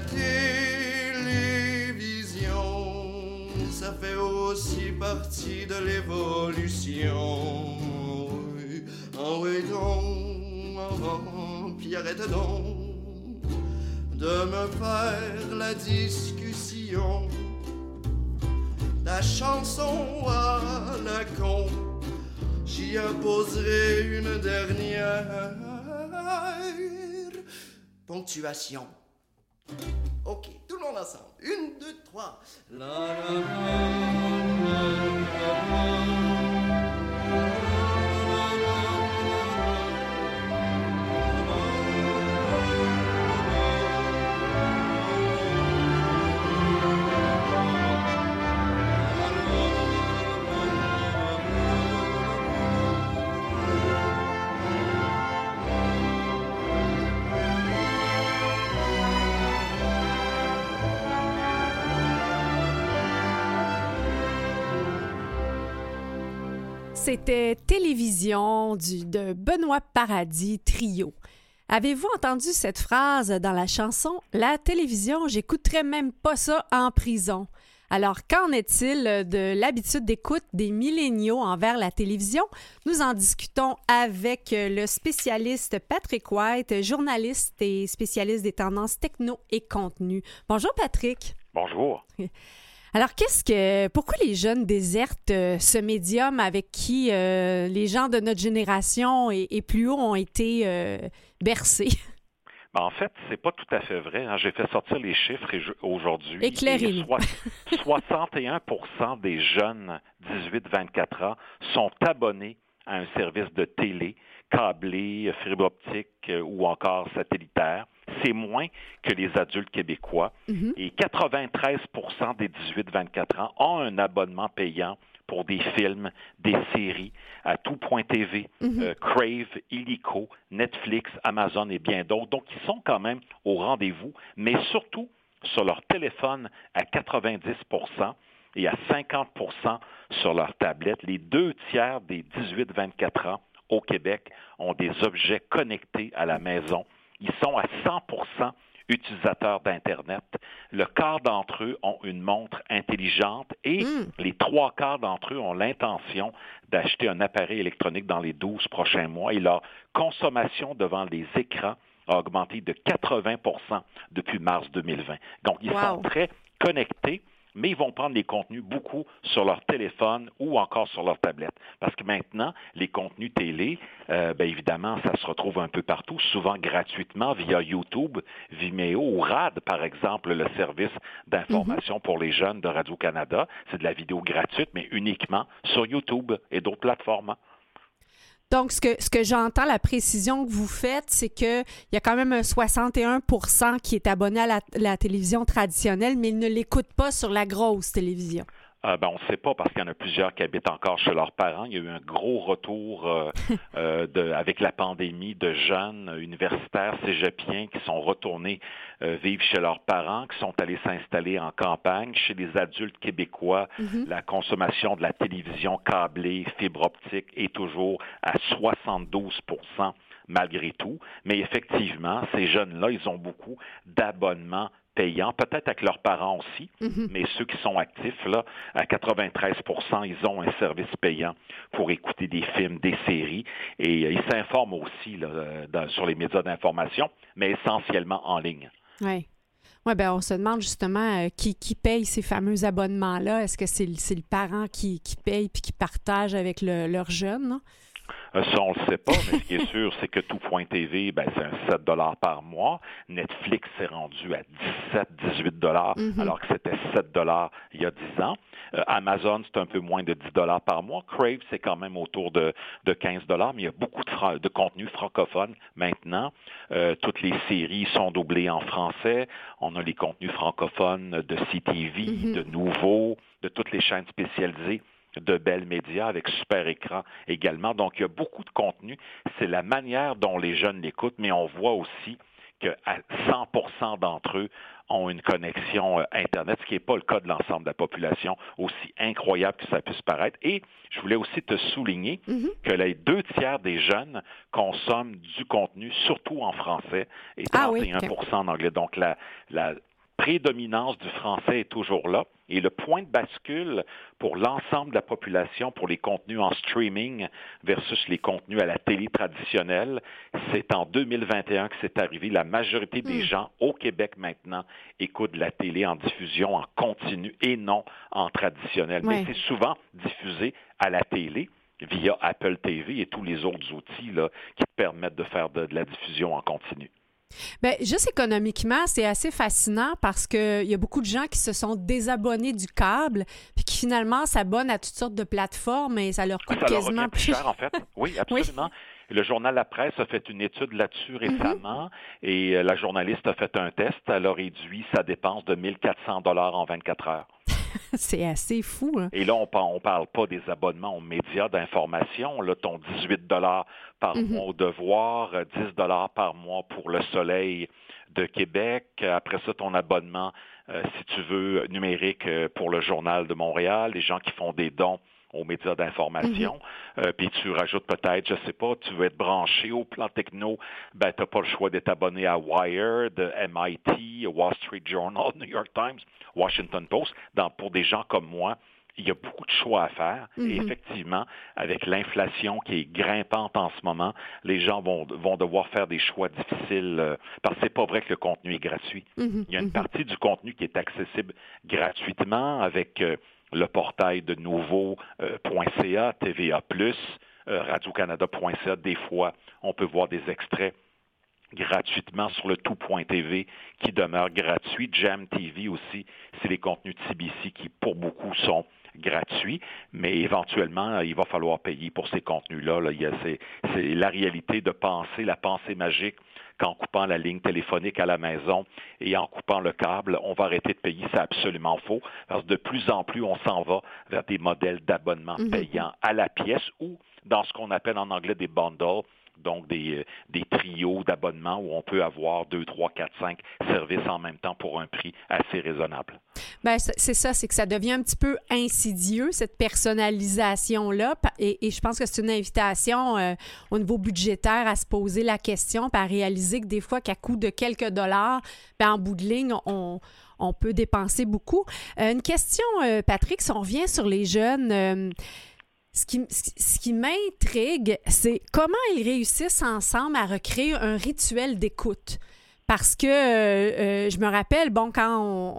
F: télévision, ça fait aussi partie de l'évolution. Ah oui donc, puis arrête donc de me faire la discussion. Ta chanson à la con, j'y imposerai une dernière ponctuation. Ok, tout le monde ensemble. 1, 2, 3. La, la,
A: C'était Télévision de Benoît Paradis Trio. Avez-vous entendu cette phrase dans la chanson « La télévision, j'écouterais même pas ça en prison ». Alors, qu'en est-il de l'habitude d'écoute des milléniaux envers la télévision? Nous en discutons avec le spécialiste Patrick White, journaliste et spécialiste des tendances techno et contenu. Bonjour Patrick.
G: Bonjour.
A: Alors, pourquoi les jeunes désertent ce médium avec qui les gens de notre génération et plus haut ont été bercés?
G: Ben, en fait, c'est pas tout à fait vrai. Hein. J'ai fait sortir les chiffres aujourd'hui.
A: Éclairez-nous.
G: 61% des jeunes 18-24 ans sont abonnés à un service de télé, câblé, fibre optique ou encore satellitaire. C'est moins que les adultes québécois. Mm-hmm. Et 93% des 18-24 ans ont un abonnement payant pour des films, des séries, à tout.tv, Crave, Illico, Netflix, Amazon et bien d'autres. Donc, ils sont quand même au rendez-vous, mais surtout sur leur téléphone à 90% et à 50% sur leur tablette. Les 2/3 des 18-24 ans au Québec ont des objets connectés à la maison. Ils sont à 100% utilisateurs d'Internet. Le quart d'entre eux ont une montre intelligente et les 3/4 d'entre eux ont l'intention d'acheter un appareil électronique dans les 12 prochains mois et leur consommation devant les écrans a augmenté de 80% depuis mars 2020. Donc, ils sont très connectés, mais ils vont prendre les contenus beaucoup sur leur téléphone ou encore sur leur tablette. Parce que maintenant, les contenus télé, évidemment, ça se retrouve un peu partout, souvent gratuitement via YouTube, Vimeo ou RAD, par exemple, le service d'information pour les jeunes de Radio-Canada. C'est de la vidéo gratuite, mais uniquement sur YouTube et d'autres plateformes.
A: Donc, ce que j'entends, la précision que vous faites, c'est qu'il y a quand même un 61% qui est abonné à la télévision traditionnelle, mais il ne l'écoute pas sur la grosse télévision.
G: On ne sait pas parce qu'il y en a plusieurs qui habitent encore chez leurs parents. Il y a eu un gros retour avec la pandémie de jeunes universitaires cégepiens qui sont retournés vivre chez leurs parents, qui sont allés s'installer en campagne. Chez les adultes québécois, la consommation de la télévision câblée, fibre optique est toujours à 72% malgré tout. Mais effectivement, ces jeunes-là, ils ont beaucoup d'abonnements payants, peut-être avec leurs parents aussi, mais ceux qui sont actifs, là, à 93%, ils ont un service payant pour écouter des films, des séries, et ils s'informent aussi là, sur les médias d'information, mais essentiellement en ligne.
A: Oui. Oui, bien, on se demande justement qui paye ces fameux abonnements-là. Est-ce que c'est le parent qui paye puis qui partage avec leur jeune, non?
G: Ça, on ne le sait pas, mais ce qui est sûr, c'est que tout.tv, c'est un 7 $ par mois. Netflix s'est rendu à 17-18 $, alors que c'était 7 $ il y a 10 ans. Amazon, c'est un peu moins de 10 $ par mois. Crave, c'est quand même autour de 15 $, mais il y a beaucoup de contenu francophone maintenant. Toutes les séries sont doublées en français. On a les contenus francophones de CTV, de Nouveau, de toutes les chaînes spécialisées, de Bell Média avec Super Écran également. Donc, il y a beaucoup de contenu. C'est la manière dont les jeunes l'écoutent, mais on voit aussi qu'à 100% d'entre eux ont une connexion Internet, ce qui n'est pas le cas de l'ensemble de la population, aussi incroyable que ça puisse paraître. Et je voulais aussi te souligner que les 2/3 des jeunes consomment du contenu, surtout en français, et 31% en anglais. Donc, la prédominance du français est toujours là. Et le point de bascule pour l'ensemble de la population, pour les contenus en streaming versus les contenus à la télé traditionnelle, c'est en 2021 que c'est arrivé. La majorité des gens au Québec maintenant écoutent la télé en diffusion en continu et non en traditionnel. Mais c'est souvent diffusé à la télé via Apple TV et tous les autres outils là, qui te permettent de faire de la diffusion en continu.
A: Bien, juste économiquement, c'est assez fascinant parce qu'il y a beaucoup de gens qui se sont désabonnés du câble puis qui finalement s'abonnent à toutes sortes de plateformes et ça leur coûte quasiment
G: plus cher, en fait. Oui, absolument. Oui. Le journal La Presse a fait une étude là-dessus récemment et la journaliste a fait un test. Elle a réduit sa dépense de 1 400 $ en 24 heures.
A: C'est assez fou. Hein?
G: Et là, on parle pas des abonnements aux médias d'information. Là, ton 18 $ par mois au Devoir, 10 $ par mois pour Le Soleil de Québec. Après ça, ton abonnement, si tu veux, numérique pour le Journal de Montréal. Les gens qui font des dons aux médias d'information, puis tu rajoutes peut-être, je sais pas, tu veux être branché au plan techno, tu n'as pas le choix d'être abonné à Wired, MIT, Wall Street Journal, New York Times, Washington Post. Pour des gens comme moi, il y a beaucoup de choix à faire. Et effectivement, avec l'inflation qui est grimpante en ce moment, les gens vont devoir faire des choix difficiles parce que c'est pas vrai que le contenu est gratuit. Il y a une partie du contenu qui est accessible gratuitement avec le portail de Nouveau.ca, TVA+, Radio-Canada.ca. Des fois, on peut voir des extraits gratuitement sur le tout.tv qui demeure gratuit. Jam TV aussi, c'est les contenus de CBC qui, pour beaucoup, sont gratuits, mais éventuellement, il va falloir payer pour ces contenus-là. Là, c'est la réalité de penser, la pensée magique qu'en coupant la ligne téléphonique à la maison et en coupant le câble, on va arrêter de payer. C'est absolument faux, parce que de plus en plus, on s'en va vers des modèles d'abonnement payants à la pièce ou dans ce qu'on appelle en anglais des bundles, donc des trios d'abonnements où on peut avoir 2, 3, 4, 5 services en même temps pour un prix assez raisonnable.
A: Bien, c'est ça, c'est que ça devient un petit peu insidieux, cette personnalisation-là. Et je pense que c'est une invitation au niveau budgétaire à se poser la question puis à réaliser que des fois, qu'à coût de quelques dollars, en bout de ligne, on peut dépenser beaucoup. Une question, Patrick, si on revient sur les jeunes... Ce qui m'intrigue, c'est comment ils réussissent ensemble à recréer un rituel d'écoute. Parce que je me rappelle, quand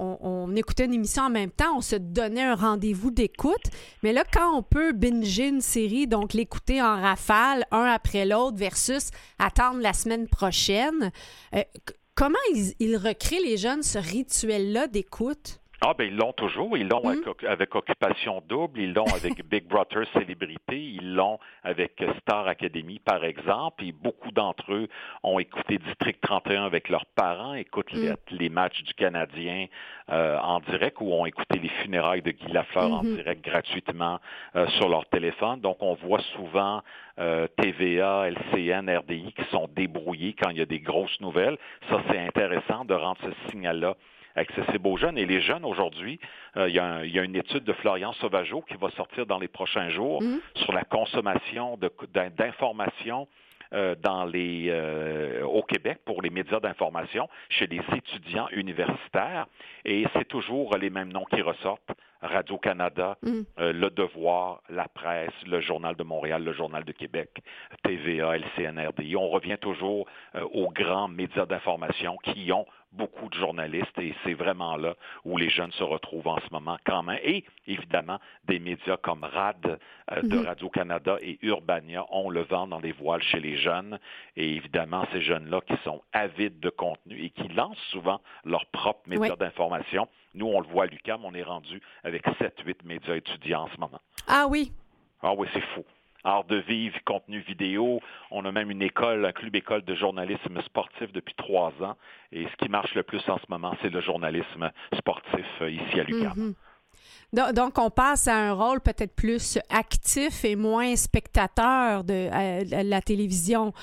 A: on écoutait une émission en même temps, on se donnait un rendez-vous d'écoute. Mais là, quand on peut binger une série, donc l'écouter en rafale, un après l'autre, versus attendre la semaine prochaine, comment ils recréent, les jeunes, ce rituel-là d'écoute?
G: Ah ben ils l'ont toujours, ils l'ont avec Occupation Double, ils l'ont avec Big Brother Célébrité, ils l'ont avec Star Academy par exemple, et beaucoup d'entre eux ont écouté District 31 avec leurs parents, écoutent les matchs du Canadien en direct ou ont écouté les funérailles de Guy Lafleur en direct gratuitement sur leur téléphone. Donc on voit souvent TVA, LCN, RDI qui sont débrouillés quand il y a des grosses nouvelles. Ça c'est intéressant de rendre ce signal-là accessible aux jeunes. Et les jeunes, aujourd'hui, il y a une étude de Florian Sauvageau qui va sortir dans les prochains jours sur la consommation d'informations au Québec pour les médias d'information chez les étudiants universitaires. Et c'est toujours les mêmes noms qui ressortent. Radio-Canada, Le Devoir, La Presse, Le Journal de Montréal, Le Journal de Québec, TVA, LCN, RDI. On revient toujours aux grands médias d'information qui ont beaucoup de journalistes et c'est vraiment là où les jeunes se retrouvent en ce moment quand même. Et évidemment, des médias comme RAD de Radio-Canada et Urbania ont le vent dans les voiles chez les jeunes. Et évidemment, ces jeunes-là qui sont avides de contenu et qui lancent souvent leurs propres médias d'information. Nous, on le voit à l'UQAM, on est rendu avec 7-8 médias étudiants en ce moment.
A: Ah oui?
G: Ah oui, c'est fou. Art de vivre, contenu vidéo. On a même un club école de journalisme sportif depuis 3 ans. Et ce qui marche le plus en ce moment, c'est le journalisme sportif ici à l'UQAM.
A: Donc, on passe à un rôle peut-être plus actif et moins spectateur de la télévision.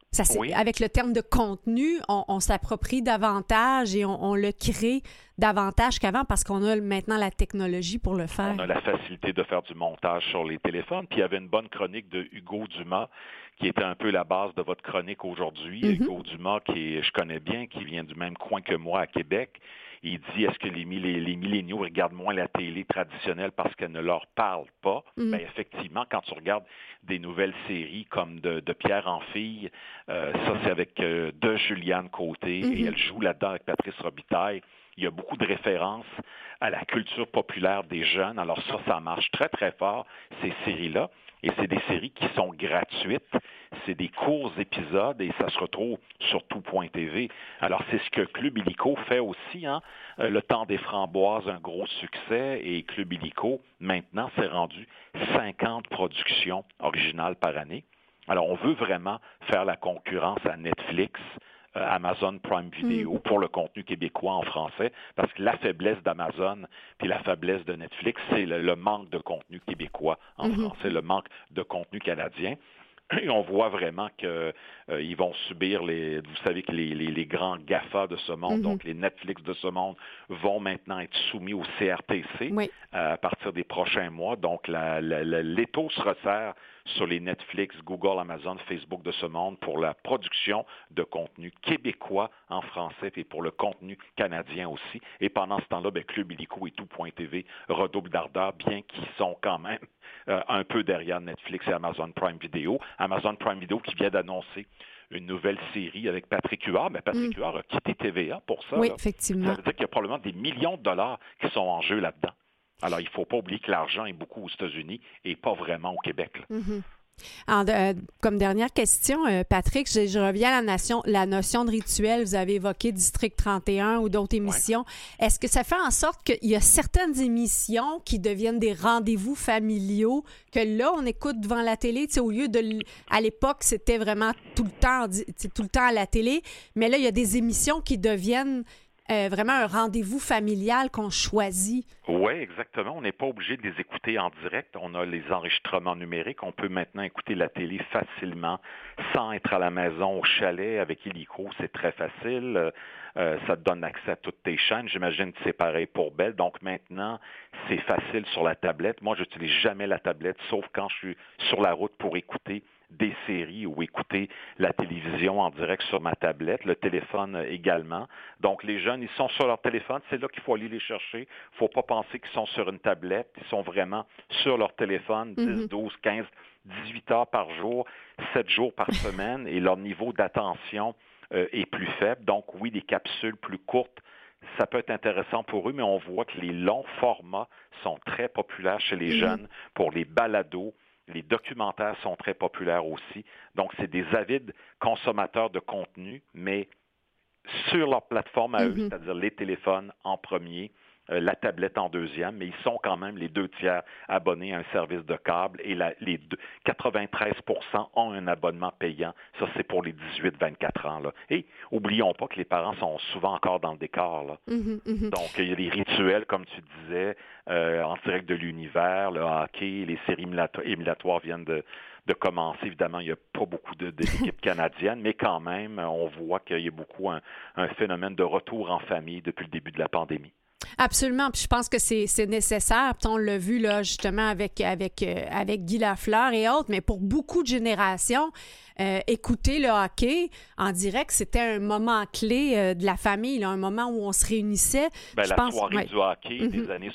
A: Avec le terme de contenu, on s'approprie davantage et on le crée davantage qu'avant parce qu'on a maintenant la technologie pour le faire.
G: On a la facilité de faire du montage sur les téléphones. Puis il y avait une bonne chronique de Hugo Dumas qui était un peu la base de votre chronique aujourd'hui. Hugo Dumas, je connais bien, qui vient du même coin que moi à Québec. Il dit, est-ce que les milléniaux regardent moins la télé traditionnelle parce qu'elle ne leur parle pas? Bien, effectivement, quand tu regardes des nouvelles séries comme de Pierre Amphiille, ça c'est avec de Juliane Côté, et elle joue là-dedans avec Patrice Robitaille. Il y a beaucoup de références à la culture populaire des jeunes. Alors ça marche très, très fort, ces séries-là. Et c'est des séries qui sont gratuites. C'est des courts épisodes et ça se retrouve sur tout.tv. Alors, c'est ce que Club Illico fait aussi. Le Temps des Framboises, un gros succès. Et Club Illico, maintenant, s'est rendu 50 productions originales par année. Alors, on veut vraiment faire la concurrence à Netflix, Amazon Prime Video pour le contenu québécois en français, parce que la faiblesse d'Amazon puis la faiblesse de Netflix, c'est le manque de contenu québécois en français, le manque de contenu canadien. Et on voit vraiment qu'ils vont subir vous savez que les grands GAFA de ce monde, donc les Netflix de ce monde, vont maintenant être soumis au CRTC à partir des prochains mois. Donc l'étau se resserre sur les Netflix, Google, Amazon, Facebook de ce monde pour la production de contenu québécois en français et pour le contenu canadien aussi. Et pendant ce temps-là, Club Illico et tout.tv redoublent d'ardeur, bien qu'ils sont quand même un peu derrière Netflix et Amazon Prime Video. Amazon Prime Video qui vient d'annoncer une nouvelle série avec Patrick Huard. Mais Patrick Huard a quitté TVA pour ça.
A: Oui,
G: là.
A: effectivement.
G: Ça veut dire qu'il y a probablement des millions de dollars qui sont en jeu là-dedans. Alors, il ne faut pas oublier que l'argent est beaucoup aux États-Unis et pas vraiment au Québec.
A: Comme dernière question, Patrick, je reviens à la notion de rituel. Vous avez évoqué District 31 ou d'autres émissions. Ouais. Est-ce que ça fait en sorte qu'il y a certaines émissions qui deviennent des rendez-vous familiaux que là, on écoute devant la télé? Au lieu à l'époque, c'était vraiment tout le temps à la télé. Mais là, il y a des émissions qui deviennent vraiment un rendez-vous familial qu'on choisit.
G: Oui, exactement. On n'est pas obligé de les écouter en direct. On a les enregistrements numériques. On peut maintenant écouter la télé facilement sans être à la maison, au chalet. Avec Illico, c'est très facile. Ça te donne accès à toutes tes chaînes. J'imagine que c'est pareil pour Bell. Donc maintenant, c'est facile sur la tablette. Moi, je n'utilise jamais la tablette, sauf quand je suis sur la route pour écouter des séries ou écouter la télévision en direct sur ma tablette, le téléphone également. Donc, les jeunes, ils sont sur leur téléphone, c'est là qu'il faut aller les chercher. Il ne faut pas penser qu'ils sont sur une tablette, ils sont vraiment sur leur téléphone, 10, 12, 15, 18 heures par jour, 7 jours par semaine, et leur niveau d'attention est plus faible. Donc, oui, des capsules plus courtes, ça peut être intéressant pour eux, mais on voit que les longs formats sont très populaires chez les jeunes pour les balados. Les documentaires sont très populaires aussi. Donc, c'est des avides consommateurs de contenu, mais sur leur plateforme à eux, c'est-à-dire les téléphones en premier la tablette en deuxième, mais ils sont quand même les 2/3 abonnés à un service de câble et 93% ont un abonnement payant. Ça, c'est pour les 18-24 ans. Là. Et oublions pas que les parents sont souvent encore dans le décor. Là. Donc, il y a des rituels, comme tu disais, en direct de l'univers, le hockey, les séries éliminatoires viennent de commencer. Évidemment, il n'y a pas beaucoup d'équipes canadiennes, mais quand même, on voit qu'il y a beaucoup un phénomène de retour en famille depuis le début de la pandémie.
A: Absolument. Puis je pense que c'est nécessaire. Puis on l'a vu là justement avec Guy Lafleur et autres, mais pour beaucoup de générations, écouter le hockey en direct, c'était un moment clé de la famille, là, un moment où on se réunissait.
G: Soirée du hockey des années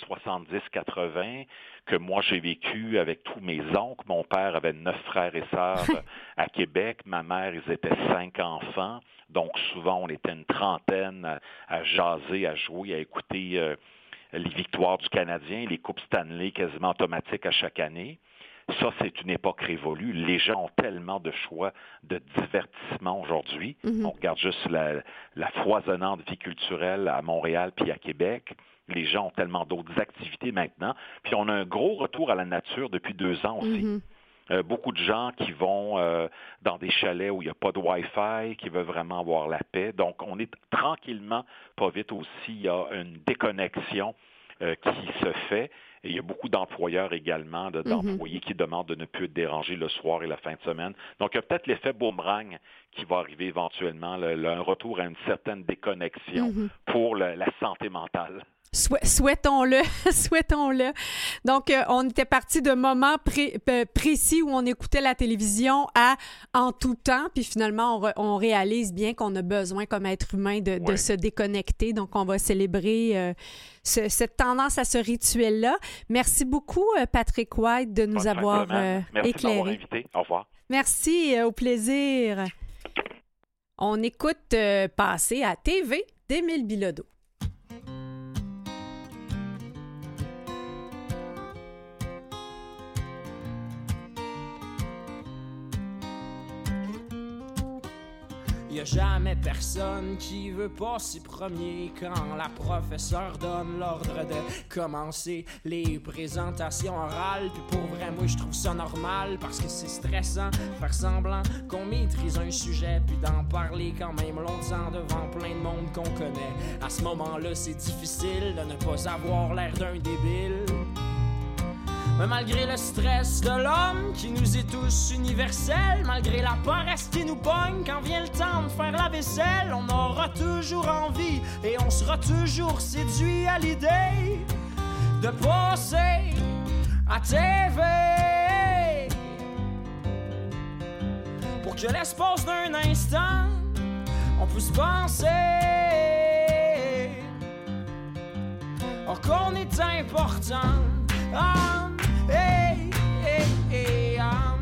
G: 70-80 que moi j'ai vécu avec tous mes oncles. Mon père avait 9 frères et sœurs à Québec. Ma mère, ils étaient 5 enfants. Donc souvent, on était une trentaine à jaser, à jouer, à écouter les victoires du Canadien, les Coupes Stanley quasiment automatiques à chaque année. Ça, c'est une époque révolue. Les gens ont tellement de choix de divertissement aujourd'hui. On regarde juste la foisonnante vie culturelle à Montréal puis à Québec. Les gens ont tellement d'autres activités maintenant. Puis on a un gros retour à la nature depuis 2 ans aussi. Beaucoup de gens qui vont dans des chalets où il n'y a pas de Wi-Fi, qui veulent vraiment avoir la paix. Donc, on est tranquillement, pas vite aussi, il y a une déconnexion qui se fait. Et il y a beaucoup d'employeurs également, d'employés qui demandent de ne plus être dérangés le soir et la fin de semaine. Donc, il y a peut-être l'effet boomerang qui va arriver éventuellement, un retour à une certaine déconnexion pour la santé mentale.
A: Souhaitons-le, souhaitons-le. Donc, on était parti de moments précis où on écoutait la télévision à en tout temps, puis finalement, on réalise bien qu'on a besoin comme être humain de se déconnecter. Donc, on va célébrer cette tendance à ce rituel-là. Merci beaucoup, Patrick White, de nous avoir éclairé.
G: Merci de m'avoir invité. Au revoir.
A: Merci, au plaisir. On écoute Passer à TV d'Émile Bilodeau.
H: Y'a jamais personne qui veut passer premier quand la professeure donne l'ordre de commencer les présentations orales. Puis pour vrai, moi je trouve ça normal parce que c'est stressant faire semblant qu'on maîtrise un sujet puis d'en parler quand même longtemps devant plein de monde qu'on connaît. À ce moment-là, c'est difficile de ne pas avoir l'air d'un débile. Mais malgré le stress de l'homme qui nous est tous universel, malgré la paresse qui nous pogne quand vient le temps de faire la vaisselle, on aura toujours envie et on sera toujours séduit à l'idée de passer à TV. Pour que l'espace d'un instant, on puisse penser qu'on est important. Hey, hey, hey,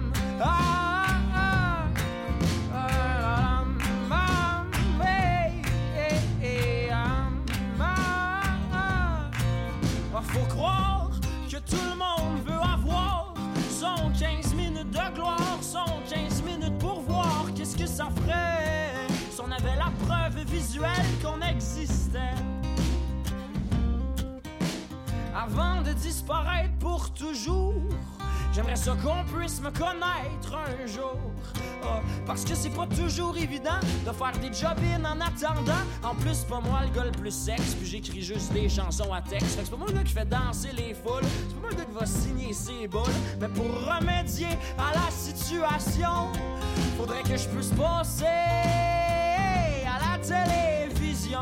H: faut croire que tout le monde veut avoir son 15 minutes de gloire, son 15 minutes pour voir qu'est-ce que ça ferait si on avait la preuve visuelle qu'on existait. Avant de disparaître pour toujours, j'aimerais ça qu'on puisse me connaître un jour. Parce que c'est pas toujours évident de faire des job-in en attendant. En plus, c'est pas moi le gars le plus sexe, puis j'écris juste des chansons à texte. Fait que c'est pas moi le gars qui fait danser les foules, c'est pas moi le gars qui va signer ses boules. Mais pour remédier à la situation, faudrait que je puisse passer à la télévision.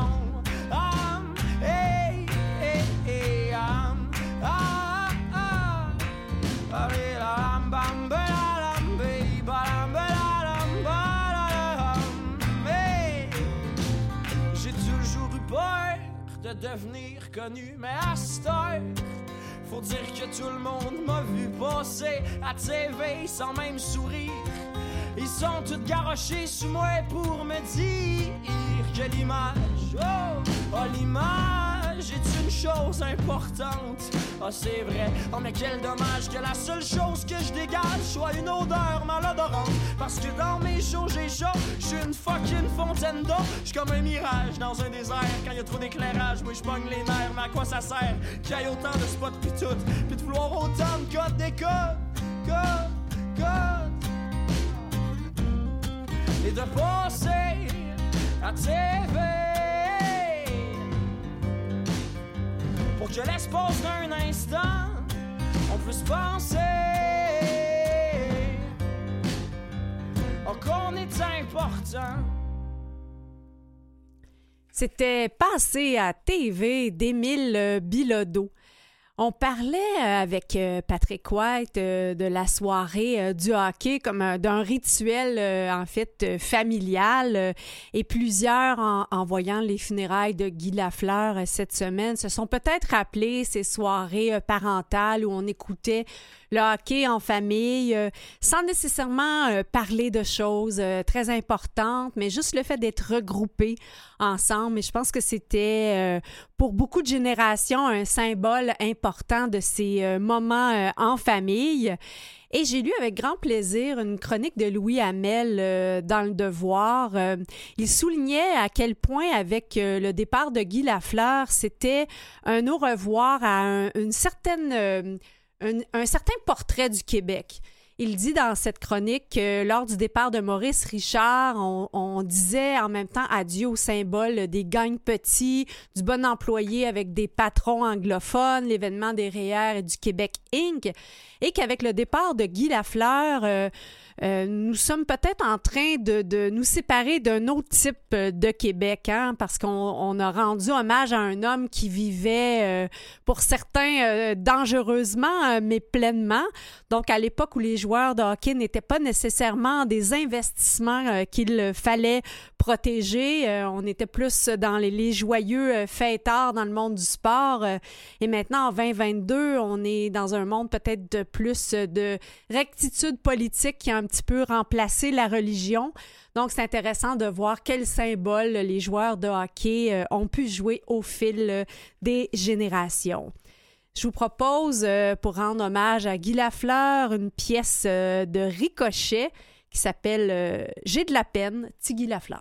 H: J'ai toujours eu peur de devenir connu, mais à cette heure, faut dire que tout le monde m'a vu passer à TV sans même sourire. Ils sont tous garochés sur moi pour me dire que l'image, l'image est une chose importante. C'est vrai, mais quel dommage que la seule chose que je dégage soit une odeur malodorante. Parce que dans mes shows, j'ai chaud, je suis une fucking fontaine d'eau. J'suis comme un mirage dans un désert. Quand y a trop d'éclairage, moi j'pogne les nerfs. Mais à quoi ça sert qu'il y ait autant de spots pis tout, pis de vouloir autant de codes d'écoute, et de passer à TV pour que l'espace d'un instant on puisse penser qu'on est important.
A: C'était passé à TV d'Émile Bilodeau. On parlait avec Patrick White de la soirée du hockey comme d'un rituel en fait familial et plusieurs en voyant les funérailles de Guy Lafleur cette semaine se sont peut-être rappelés ces soirées parentales où on écoutait le hockey en famille sans nécessairement parler de choses très importantes, mais juste le fait d'être regroupés ensemble. Et je pense que c'était pour beaucoup de générations un symbole important de ces moments en famille. Et j'ai lu avec grand plaisir une chronique de Louis Hamel dans Le Devoir. Il soulignait à quel point, avec le départ de Guy Lafleur, c'était un au revoir à un certain portrait du Québec. Il dit dans cette chronique que lors du départ de Maurice Richard, on disait en même temps adieu au symbole des gangs petits, du bon employé avec des patrons anglophones, l'événement des REER et du Québec Inc. Et qu'avec le départ de Guy Lafleur, nous sommes peut-être en train de nous séparer d'un autre type de Québec, hein, parce qu'on a rendu hommage à un homme qui vivait, pour certains, dangereusement, mais pleinement. Donc, à l'époque où les joueurs de hockey n'étaient pas nécessairement des investissements qu'il fallait protéger, on était plus dans les joyeux fêtards dans le monde du sport. Et maintenant, en 2022, on est dans un monde peut-être de plus de rectitude politique qui a un petit peu remplacé la religion. Donc, c'est intéressant de voir quels symboles les joueurs de hockey ont pu jouer au fil des générations. Je vous propose, pour rendre hommage à Guy Lafleur, une pièce de Ricochet qui s'appelle « J'ai de la peine », petit Guy Lafleur.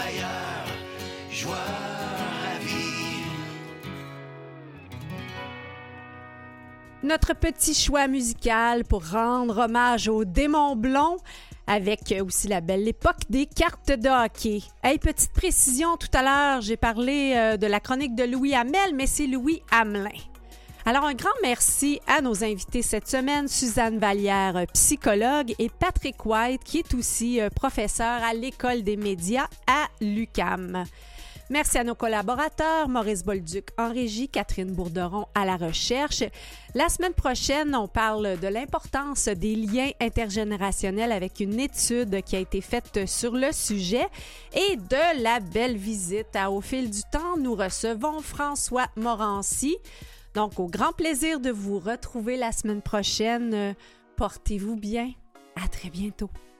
D: meilleure joie ravie.
A: Notre petit choix musical pour rendre hommage au démon blond, avec aussi la belle époque des cartes de hockey. Hey, petite précision, tout à l'heure, j'ai parlé de la chronique de Louis Hamel, mais c'est Louis Hamelin. Alors, un grand merci à nos invités cette semaine, Suzanne Vallière, psychologue, et Patrick White, qui est aussi professeur à l'École des médias à l'UQAM. Merci à nos collaborateurs, Maurice Bolduc en régie, Catherine Bourderon à la recherche. La semaine prochaine, on parle de l'importance des liens intergénérationnels avec une étude qui a été faite sur le sujet et de la belle visite à Au fil du temps. Nous recevons François Morancy. Donc, au grand plaisir de vous retrouver la semaine prochaine. Portez-vous bien. À très bientôt.